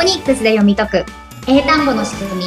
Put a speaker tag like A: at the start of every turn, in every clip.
A: ニックスで読み解く英単語の仕組み。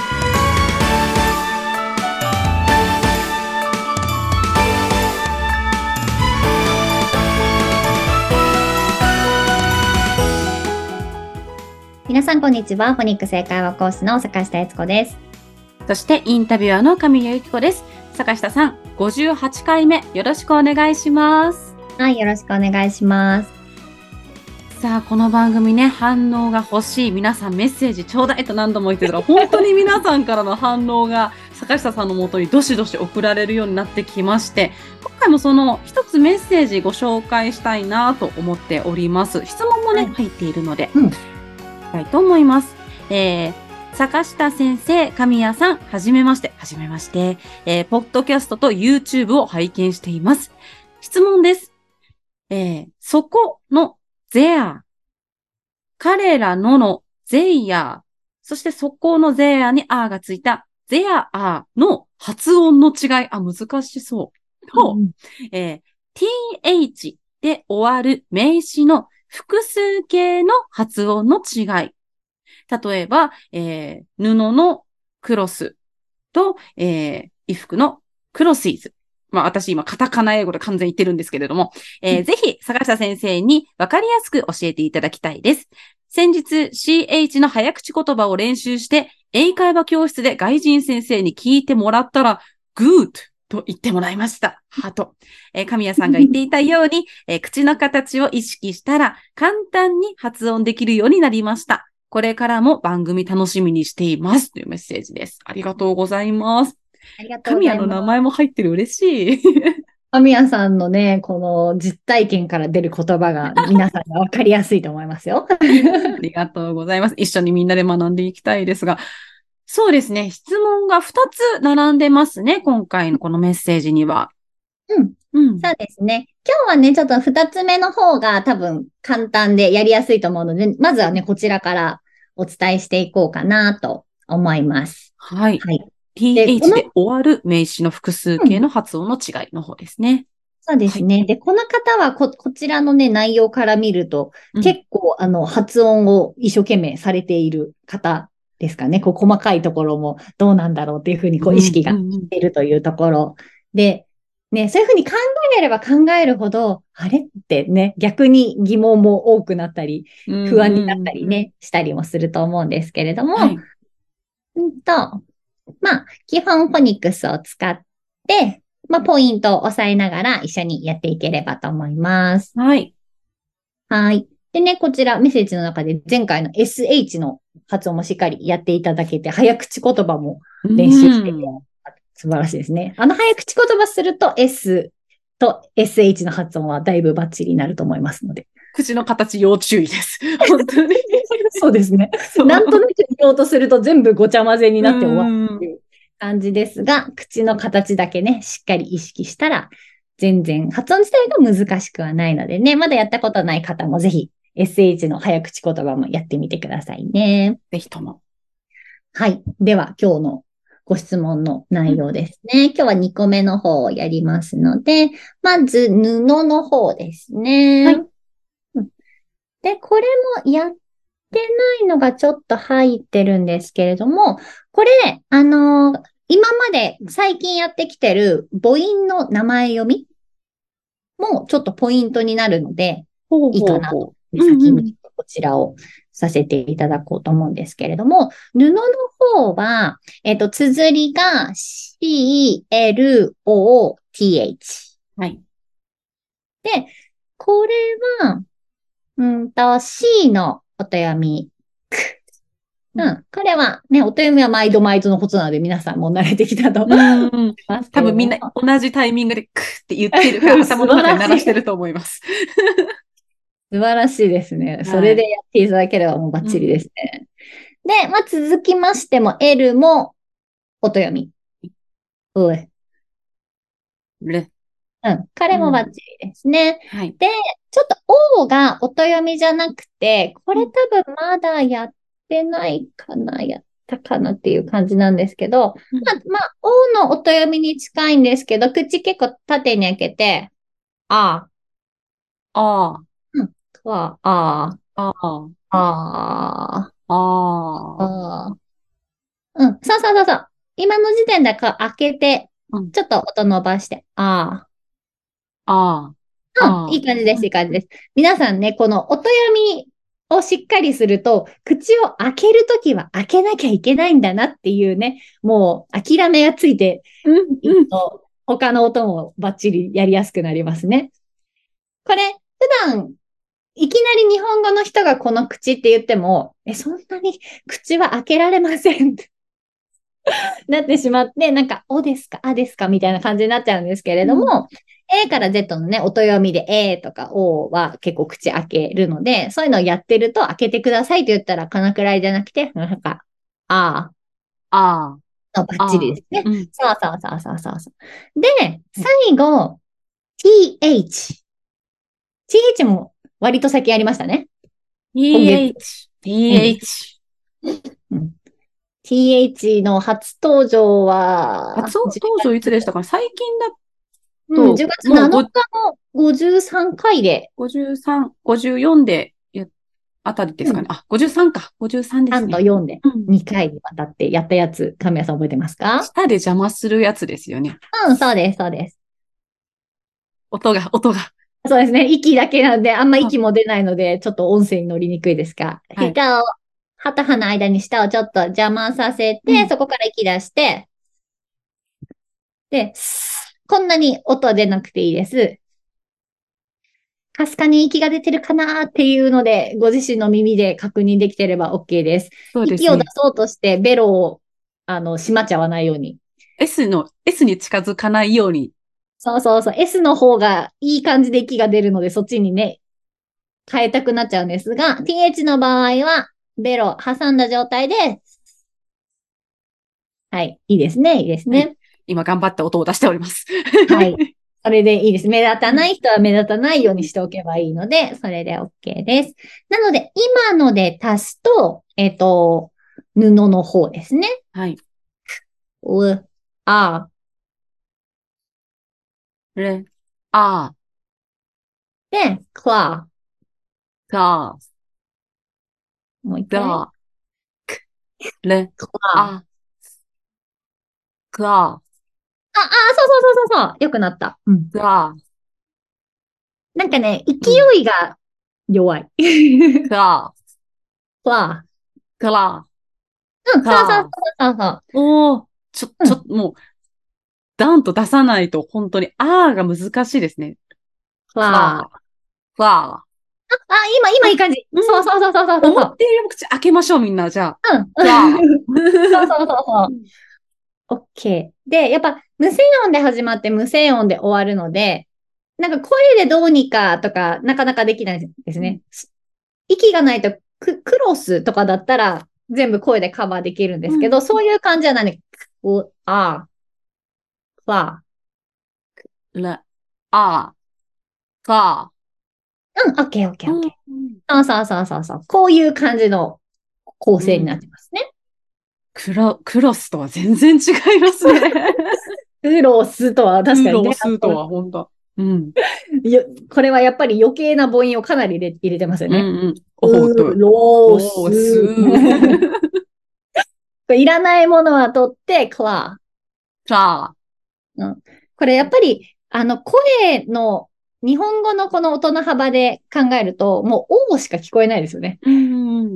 A: 皆さんこんにちは。フォニックス英会話講師の坂下悦子です。
B: そしてインタビュアーの神谷由紀子です。坂下さん、58回目よろしくお願いします。
A: はい、よろしくお願いします。
B: さあ、この番組ね、反応が欲しい。皆さんメッセージちょうだいと何度も言ってたら、本当に皆さんからの反応が坂下さんの元にどしどし送られるようになってきまして、今回もその一つメッセージご紹介したいなと思っております。質問もね、入っているので、したいと思います。坂下先生、神谷さん、はじめまして。はじめまして。ポッドキャストと YouTube を拝見しています。質問です。そこのthere。彼らのthere。そしてそこのthereに r がついた there are の発音の違い。難しそう。と、th で終わる名詞の複数形の発音の違い。例えば、布のクロスと、衣服のクロシーズ。私今カタカナ英語で完全言ってるんですけれども、ぜひ坂下先生にわかりやすく教えていただきたいです。先日 CH の早口言葉を練習して英会話教室で外人先生に聞いてもらったら good と言ってもらいました。ハート。神谷さんが言っていたように、口の形を意識したら簡単に発音できるようになりました。これからも番組楽しみにしていますというメッセージです。ありがとうございます。
A: ありがとうございます。
B: 神谷の名前も入ってる。嬉しい。
A: 神谷さんのね、この実体験から出る言葉が皆さんがわかりやすいと思いますよ。
B: ありがとうございます。一緒にみんなで学んでいきたいですが、そうですね。質問が2つ並んでますね。今回のこのメッセージには。
A: そうですね。今日はね、ちょっと2つ目の方が多分簡単でやりやすいと思うので、まずはね、こちらからお伝えしていこうかなと思います。
B: はい。
A: はい。
B: th で終わる名詞の複数形の発音の違いの方ですね。
A: そうですね。で、この方はこちらのね、内容から見ると、結構、発音を一生懸命されている方ですかね。細かいところもどうなんだろうっていうふうに、意識がしているというところで、ね、そういうふうに考えれば考えるほど、あれってね、逆に疑問も多くなったり、不安になったりね、したりもすると思うんですけれども、基本フォニックスを使って、ポイントを押さえながら一緒にやっていければと思います。
B: はい。
A: はい。でね、こちらメッセージの中で前回の SH の発音もしっかりやっていただけて、早口言葉も練習してて、素晴らしいですね。早口言葉すると S と SH の発音はだいぶバッチリになると思いますので。
B: 口の形要注意です。本当に。
A: そうですね。なんとなく言おうとすると全部ごちゃ混ぜになって終わるっていう感じですが、口の形だけね、しっかり意識したら、全然発音自体が難しくはないのでね、まだやったことない方もぜひ SH の早口言葉もやってみてくださいね。
B: ぜひとも。
A: はい。では今日のご質問の内容ですね。今日は2個目の方をやりますので、まず布の方ですね。はい。で、これもやってないのがちょっと入ってるんですけれども、これ、今まで最近やってきてる母音の名前読みもちょっとポイントになるので、いいかなと。先にこちらをさせていただこうと思うんですけれども、布の方は、綴りが CLOTH。
B: はい。
A: で、これは、C の音読み、彼はね、音読みは毎度毎度のことなので皆さんも慣れてきたと思いますけれども。
B: 多分みんな同じタイミングでクーって言ってるから頭の中に鳴らしてると思います。
A: 素晴らしいですね。それでやっていただければもうバッチリですね。で、続きましても L も音読み。彼もバッチリですね。で、ちょっと O が音読みじゃなくて、これ多分まだやってないかな、やったかなっていう感じなんですけど、O の音読みに近いんですけど、口結構縦に開けて、ああ。ああ。
B: あ
A: あうん。そうそうそうそう。今の時点で開けて、
B: うん。
A: ちょっと音伸ばして、あ
B: あ
A: あ。うん。い
B: あ。
A: い感じです、いい感じです。皆さんね、この音読みをしっかりすると、口を開けるときは開けなきゃいけないんだなっていうね、もう諦めがついて
B: うん、
A: いく
B: うん。
A: と、他の音もバッチリやりやすくなりますね。これ、普段、いきなり日本語の人がこの口って言っても、そんなに口は開けられませんってなってしまって、なんか、おですか、あですかみたいな感じになっちゃうんですけれ
B: うん。
A: ども、A から Z のね、音読みで A とか O は結構口開けるので、そういうのをやってると開けてくださいと言ったら、このくらいじゃなくて、なんか、あ
B: あ
A: あ、バッ
B: あ。
A: チリ
B: ああ。
A: ですね。
B: うん。
A: そうそうそうそうそうそう。で、最後、TH。TH も割と先ありましたね。今月。
B: ph,
A: うん。
B: ph。
A: うん TH の初登場は、
B: 初登場いつでしたかね？最近だ
A: うん、
B: と、
A: 10月
B: もう
A: 7日の53回で、
B: 53、54であたりです
A: うん、
B: かね。あ、53か。53です
A: 3と
B: ね。
A: 4で
B: うん。
A: 2回にわたってやったやつ、神谷さん覚えてますか？
B: 舌で邪魔するやつですよね。
A: うん、そうです、そうです。
B: 音が。
A: そうですね。息だけなんで、あんま
B: あ、
A: 息も出ないので、ちょっと音声に乗りにくいですが、
B: はい。
A: 舌を、歯と歯の間に舌をちょっと邪魔させて、
B: うん。
A: そこから息出して、で、こんなに音は出なくていいです。かすかに息が出てるかなっていうので、ご自身の耳で確認できてれば OK です。息を出
B: そうですね。
A: そうとして、ベロを、閉まっちゃわないように。
B: S に近づかないように。
A: そうそうそう。S の方がいい感じで息が出るので、そっちにね、変えたくなっちゃうんですが、TH の場合は、ベロ挟んだ状態で、はい、いいですね、いいです
B: はい。
A: ね。
B: 今頑張って音を出しております。
A: はい。それでいいです。目立た
B: うん。
A: ない人は目立たないようにしておけばいいので、それで OK です。なので、今ので足すと、布の方ですね。
B: はい。
A: う、あ、
B: レ、あ、
A: で、クワ
B: が、
A: もう一回。
B: が、レ、
A: クワ
B: あ、が、
A: そうそうそうそうそう。よくなった。うん。
B: が、
A: なんかね、勢
B: うん。
A: いが弱い。
B: が、
A: クワ
B: が、
A: うん、そうそう
B: が、
A: そうそう
B: おー、
A: そう。うん。
B: もう、ダンと出さないと本当に、あーが難しいですね。
A: クワ
B: か、か、
A: 今いい感じ。
B: うん。
A: そうそうそうそうそうそう。
B: 思っているよりも口開けましょう、みんな。じゃあ。
A: うん。
B: か、
A: そうそうそうそう。
B: うん。
A: OK。で、やっぱ無声音で始まって無声音で終わるので、なんか声でどうにかとかなかなかできないです
B: うん。
A: ね。息がないとクロスとかだったら全部声でカバーできるんで
B: うん。
A: すけど、そういう感じは何わ、
B: ら、あ、か、
A: うん、OK、OK、
B: うん。
A: OK。そうそうそうそうそう。こういう感じの構成になって
B: うん。
A: ますね。
B: クロスとは全然違いますね。
A: クロスとは確
B: クロ
A: かにね、
B: スとは本当。うん。
A: これはやっぱり余計な母音をかなり入れてますよ
B: うん
A: ね。
B: うん。おーと、
A: ロー
B: おー、す
A: ス。
B: ー。
A: いらないものは取って、クワ
B: か、
A: ー。うん、これやっぱり、声の、日本語のこの音の幅で考えると、もう、おーしか聞こえないですよね。
B: うん。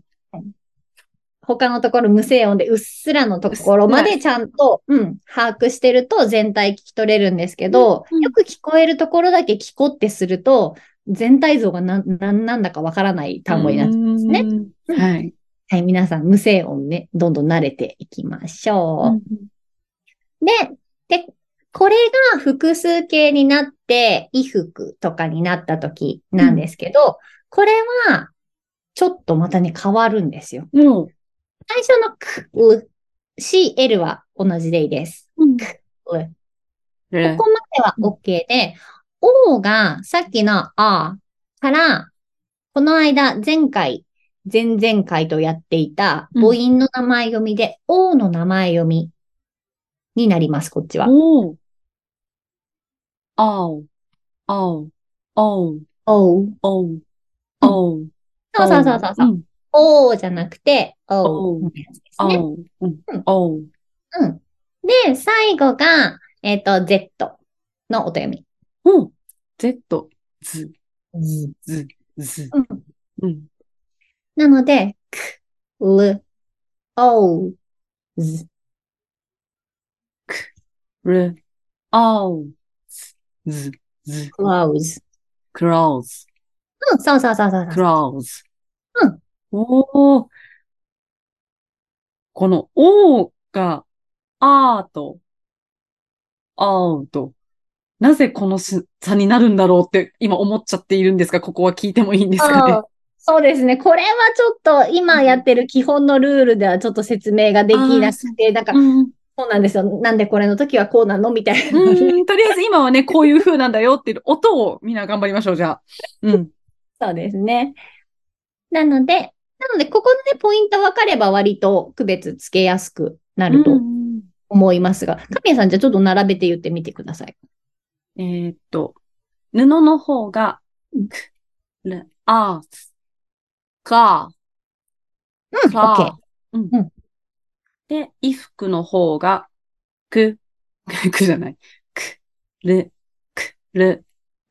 A: 他のところ無声音でうっすらのと
B: うっすら。
A: ころまでちゃんと、把握してると全体聞き取れるんですけ
B: うん
A: ど、
B: うん。
A: よく聞こえるところだけ聞こってすると、全体像がなんだかわからない
B: う
A: 単語になっちゃうんですね。
B: ーん。
A: うん。
B: はい。
A: はい、皆さん無声音ね、どんどん慣れていきましょ
B: うん
A: う。で、これが複数形になって、衣服とかになった時なん
B: うん。
A: ですけど、これはちょっとまたね、変わるんですよ。
B: もう、
A: 最初のく、CL は同じでいいです。
B: うん。
A: うこ
B: れ、
A: こまでは
B: うん。
A: OK で、O がさっきのから、この間、前々回とやっていた母
B: うん。
A: 音の名前読みで、O の名前読みになります、こっちは。
B: おー、青、青、青、
A: O。
B: 青、
A: うん。
B: 青、
A: そうそうそう
B: 青。
A: そうそう。
B: うん。
A: O じゃなくて、O
B: おう、
A: のやつですね。
B: おう、うん、
A: うん。
B: おう、
A: うん。で、最後が、Z の音読み。
B: うん、Z、Z、
A: うん
B: Z、Z、
A: うん。
B: うん、
A: なので、L、O、Z、
B: R、O、Z、Z、
A: close。
B: close、
A: うん、そうそうそうそうそう。
B: close。
A: うん。
B: おー、この O が、あーと、あーと、なぜこの差になるんだろうって今思っちゃっているんですが、ここは聞いてもいいんですかね。
A: ああ、そうですね。これはちょっと今やってる基本のルールではちょっと説明ができ
B: ああ、そう。
A: なくて、なんか、
B: うん。
A: そうなんですよ。なんでこれの時はこうなのみたいなので。
B: とりあえず今はね、こういう風なんだよっていう音をみんな頑張りましょう、じゃあ。うん。
A: そうですね。なので、ここのね、ポイント分かれば割と区別つけやすくな
B: う
A: ると
B: ん。
A: 思いますが、神谷さんじゃあちょっと並べて言ってみてください。
B: 布の方が、
A: うん、
B: あ、か、
A: OK。
B: うん。
A: うん。
B: で、衣服の方が、く、くじゃない。く、る、る、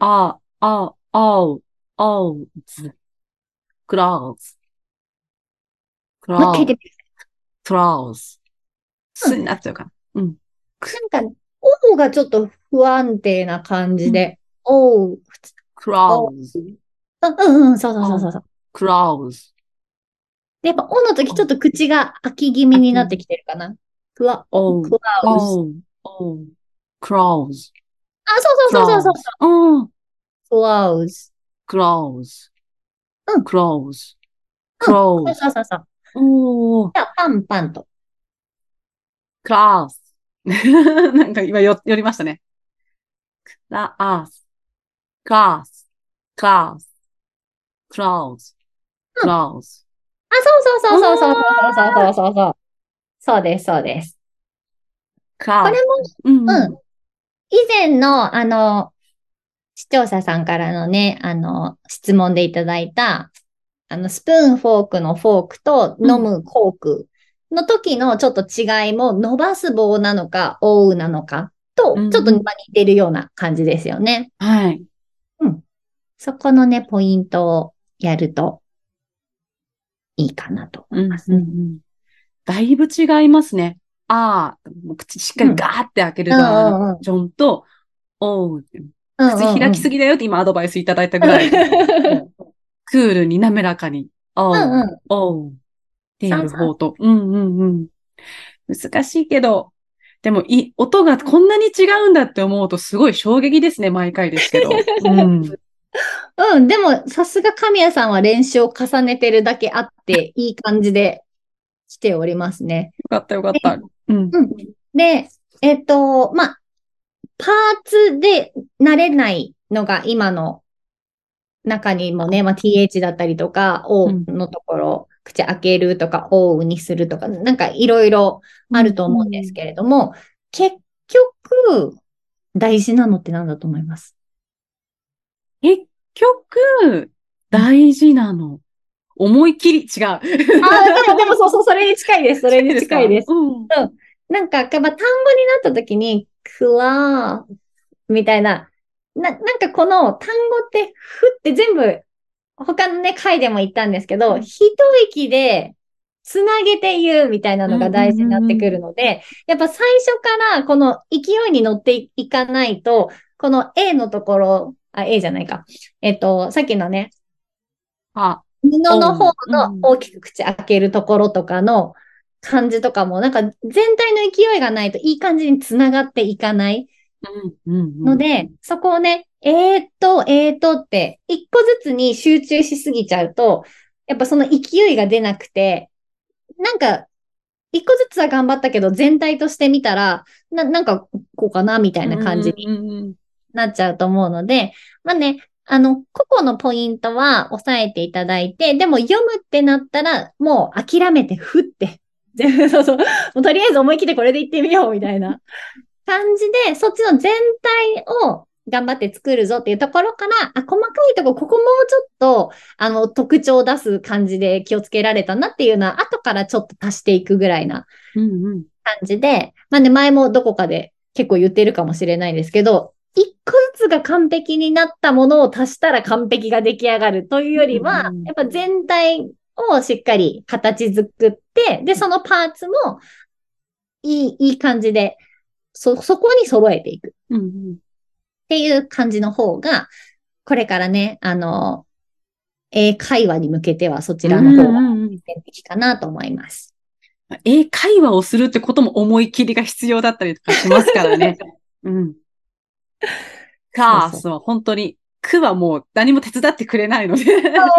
B: あう、ず、クラウズ、ク
A: もう一回
B: ラウ、
A: 言ってみて。
B: クラウズ、
A: うん。
B: すになっちゃうかな。うん。く、
A: なんか、O がちょっと不安定な感
B: うん。
A: じで、O、
B: クラ
A: O、
B: ウズ、
A: そうそうそう
B: あ、
A: そうそう。
B: クラウズ、
A: で、やっぱ、O の時ちょっ
B: あ、
A: と口が開き気味
B: あき、
A: になってきてるかな。ク
B: おう、
A: ラウズ。
B: おう、おう、クラウズ、
A: あ、そう
B: ク
A: そうそうそうそ
B: ラウズ、うん、
A: う。クラウズ。
B: クラウズ、
A: うん、
B: クラウズ、ク
A: うん。
B: ラウズ、
A: そうそうそうそう。
B: おー、
A: じゃあ、パンパンと。
B: クラウス。なんか今寄りましたね。クラース、クラース、クラース、クラウズ、ク
A: うん。
B: ラウズ。
A: あ、そうそうそうそうそう
B: あ
A: そうそうそうそうそう。そうです、そうです。
B: クラウズ。
A: これも、
B: うんうん。
A: うん。以前の、視聴者さんからのね、質問でいただいた、スプーンフォークのフォークと
B: うん。
A: 飲むフォークの時のちょっと違いも伸ばす棒なのか、覆うなのか
B: う
A: と、ちょっと似
B: んうん。
A: てるような感じですよね。
B: はい。
A: うん。そこのね、ポイントをやるといいかなと思い
B: うん
A: ますね。
B: うんうん。だいぶ違いますね。もう口しっか
A: うん。
B: りガーって開ける
A: うん
B: バー
A: うんうん。
B: ジョンと、おう、
A: うん
B: 口開
A: うんうん。
B: きすぎだよって今アドバイスいただいたぐらい、もう、クールに滑らかに、おう、
A: うんうん。
B: おうってや
A: そうそう。
B: る方と、うんうんうん。難しいけど、でも音がこんなに違うんだって思うとすごい衝撃ですね、毎回ですけど。うん。よ
A: うん。でも、さすが神谷さんは練習を重ねてるだけあって、いい感じで来ておりますね。
B: かったよかっ
A: で、
B: た。うん。
A: うん。で、まあ、パーツで慣れないのが今の中にもね、まあ、TH だったりとか、
B: う
A: O
B: ん。
A: のところ、口開けるとか、O にするとか、なんかいろいろある
B: うん。
A: と思うんです
B: うん。
A: けれども、結局、大事なのって何だと思います？
B: 結局、
A: うん、
B: 大事なの。思い切り違う。
A: でもそうそう、それに近いです。それに
B: 近いです
A: 近いです。
B: か？うん。
A: うん。なんか、まあ、単語になった時に、クワーみたいな、なんかこの単語って、ふって全部、他のね、回でも言ったんですけど、
B: うん。
A: 一息でつなげて言うみたいなのが
B: うんうん
A: 大事になってく
B: うんうん。
A: るので、やっぱ最初からこの勢いに乗っていかないと、この A のところ、A じゃないか。さっきのね、
B: あ、
A: 布の方の
B: おう。うん。
A: 大きく口開けるところとかの感じとかも、なんか全体の勢いがないといい感じにつながっていかない
B: うんうんうん。
A: ので、そこをね、って、一個ずつに集中しすぎちゃうと、やっぱその勢いが出なくて、なんか、一個ずつは頑張ったけど、全体として見たら、なんか、こうかな、みたい
B: うん
A: な感じに
B: うんうんうん。
A: なっちゃうと思うので、まあね、個々のポイントは押さえていただいて、でも読むってなったら、もう諦めて、ふって、そうそう、もうとりあえず思い切ってこれで言ってみよう、みたいな感じで、そっちの全体を頑張って作るぞっていうところから、細かいとこ、ここもうちょっと、特徴を出す感じで気をつけられたなっていうのは、後からちょっと足していくぐらいな感じで、まあね、前もどこかで結構言ってるかもしれないんですけど、一個ずつが完璧になったものを足したら完璧が出来上がるというよりは、やっぱ全体をしっかり形作って、で、そのパーツもいい感じで、そこに揃えていくっていう感じの方が、これからね、英会話に向けてはそちらの方が先的かなと思います。
B: 英会話をするってことも思い切りが必要だったりとかしますからね。カースは本当に、区はもう何も手伝ってくれないので。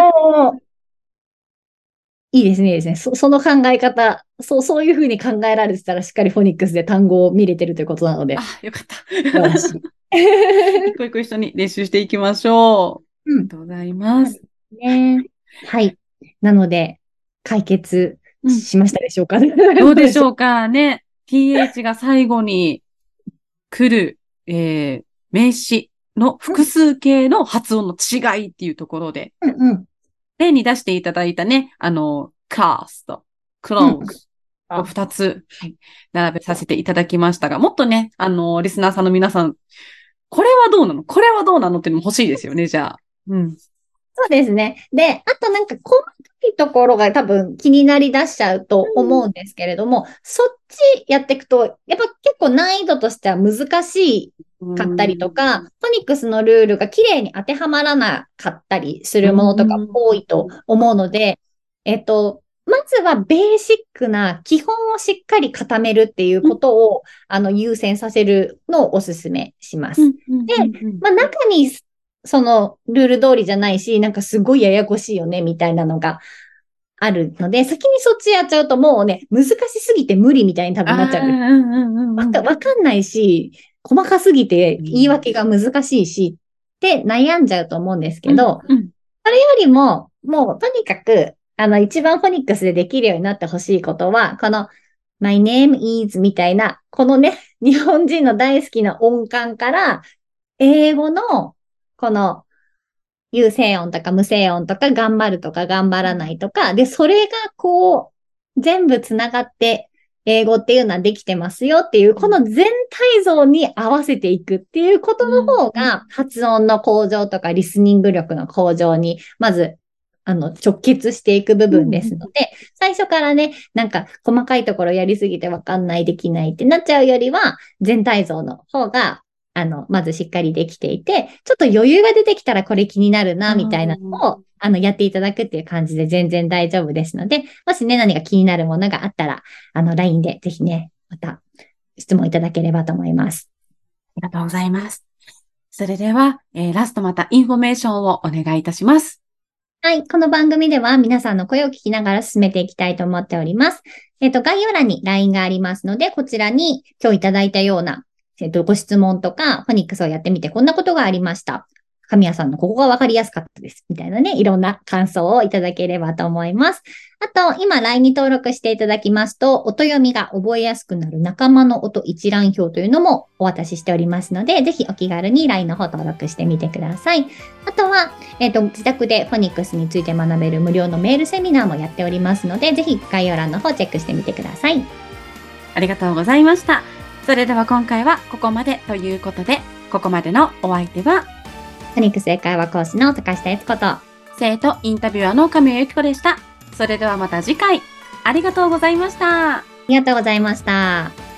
A: いいですね、いいですね。その考え方、そういうふうに考えられてたらしっかりフォニックスで単語を見れてるということなので。
B: よかった。素晴らしい。一個一個一緒に練習していきましょう。ありがとうございます。
A: はい。なので、解決しましたでしょうかね。
B: どうでしょうかね。th が最後に来る、名詞の複数形の発音の違いっていうところで、例に出していただいたね、cast と close を2つ、並べさせていただきましたが、もっとね、リスナーさんの皆さん、これはどうなのこれはどうなのっていうのも欲しいですよね、じゃあ。
A: そうですね。で、あとなんか細かいところが多分気になり出しちゃうと思うんですけれども、そっちやっていくと、やっぱ結構難易度としては難しかったりとか、フォニックスのルールがきれいに当てはまらなかったりするものとか多いと思うので、まずはベーシックな基本をしっかり固めるっていうことを、優先させるのをお勧めします。で、まあ中にそのルール通りじゃないし、なんかすごいややこしいよね、みたいなのがあるので、先にそっちやっちゃうともうね、難しすぎて無理みたいに多分なっちゃう。わかんないし、細かすぎて言い訳が難しいし、って悩んじゃうと思うんですけど、それよりも、もうとにかく、一番フォニックスでできるようになってほしいことは、この My name is みたいな、このね、日本人の大好きな音感から、英語のこの有声音とか無声音とか頑張るとか頑張らないとか、で、それがこう、全部つながって英語っていうのはできてますよっていう、この全体像に合わせていくっていうことの方が、発音の向上とかリスニング力の向上に、まず、直結していく部分ですので、最初からね、なんか細かいところやりすぎてわかんない、できないってなっちゃうよりは、全体像の方が、まずしっかりできていて、ちょっと余裕が出てきたらこれ気になるな、みたいなのを、やっていただくっていう感じで全然大丈夫ですので、もしね、何か気になるものがあったら、LINE でぜひね、また質問いただければと思います。
B: ありがとうございます。それでは、ラストまたインフォメーションをお願いいたします。
A: はい。この番組では皆さんの声を聞きながら進めていきたいと思っております。概要欄に LINE がありますので、こちらに今日いただいたようなご質問とか、フォニックスをやってみてこんなことがありました。神谷さんのここがわかりやすかったです。みたいなね、いろんな感想をいただければと思います。あと、今 LINE に登録していただきますと、音読みが覚えやすくなる仲間の音一覧表というのもお渡ししておりますので、ぜひお気軽に LINE の方登録してみてください。あとは、自宅でフォニックスについて学べる無料のメールセミナーもやっておりますので、ぜひ概要欄の方チェックしてみてください。
B: ありがとうございました。それでは今回はここまでということで、ここまでのお相手は、
A: フォニックス英会話講師の坂下悦子と、
B: 生徒インタビュアーの神谷由紀子でした。それではまた次回、ありがとうございました。
A: ありがとうございました。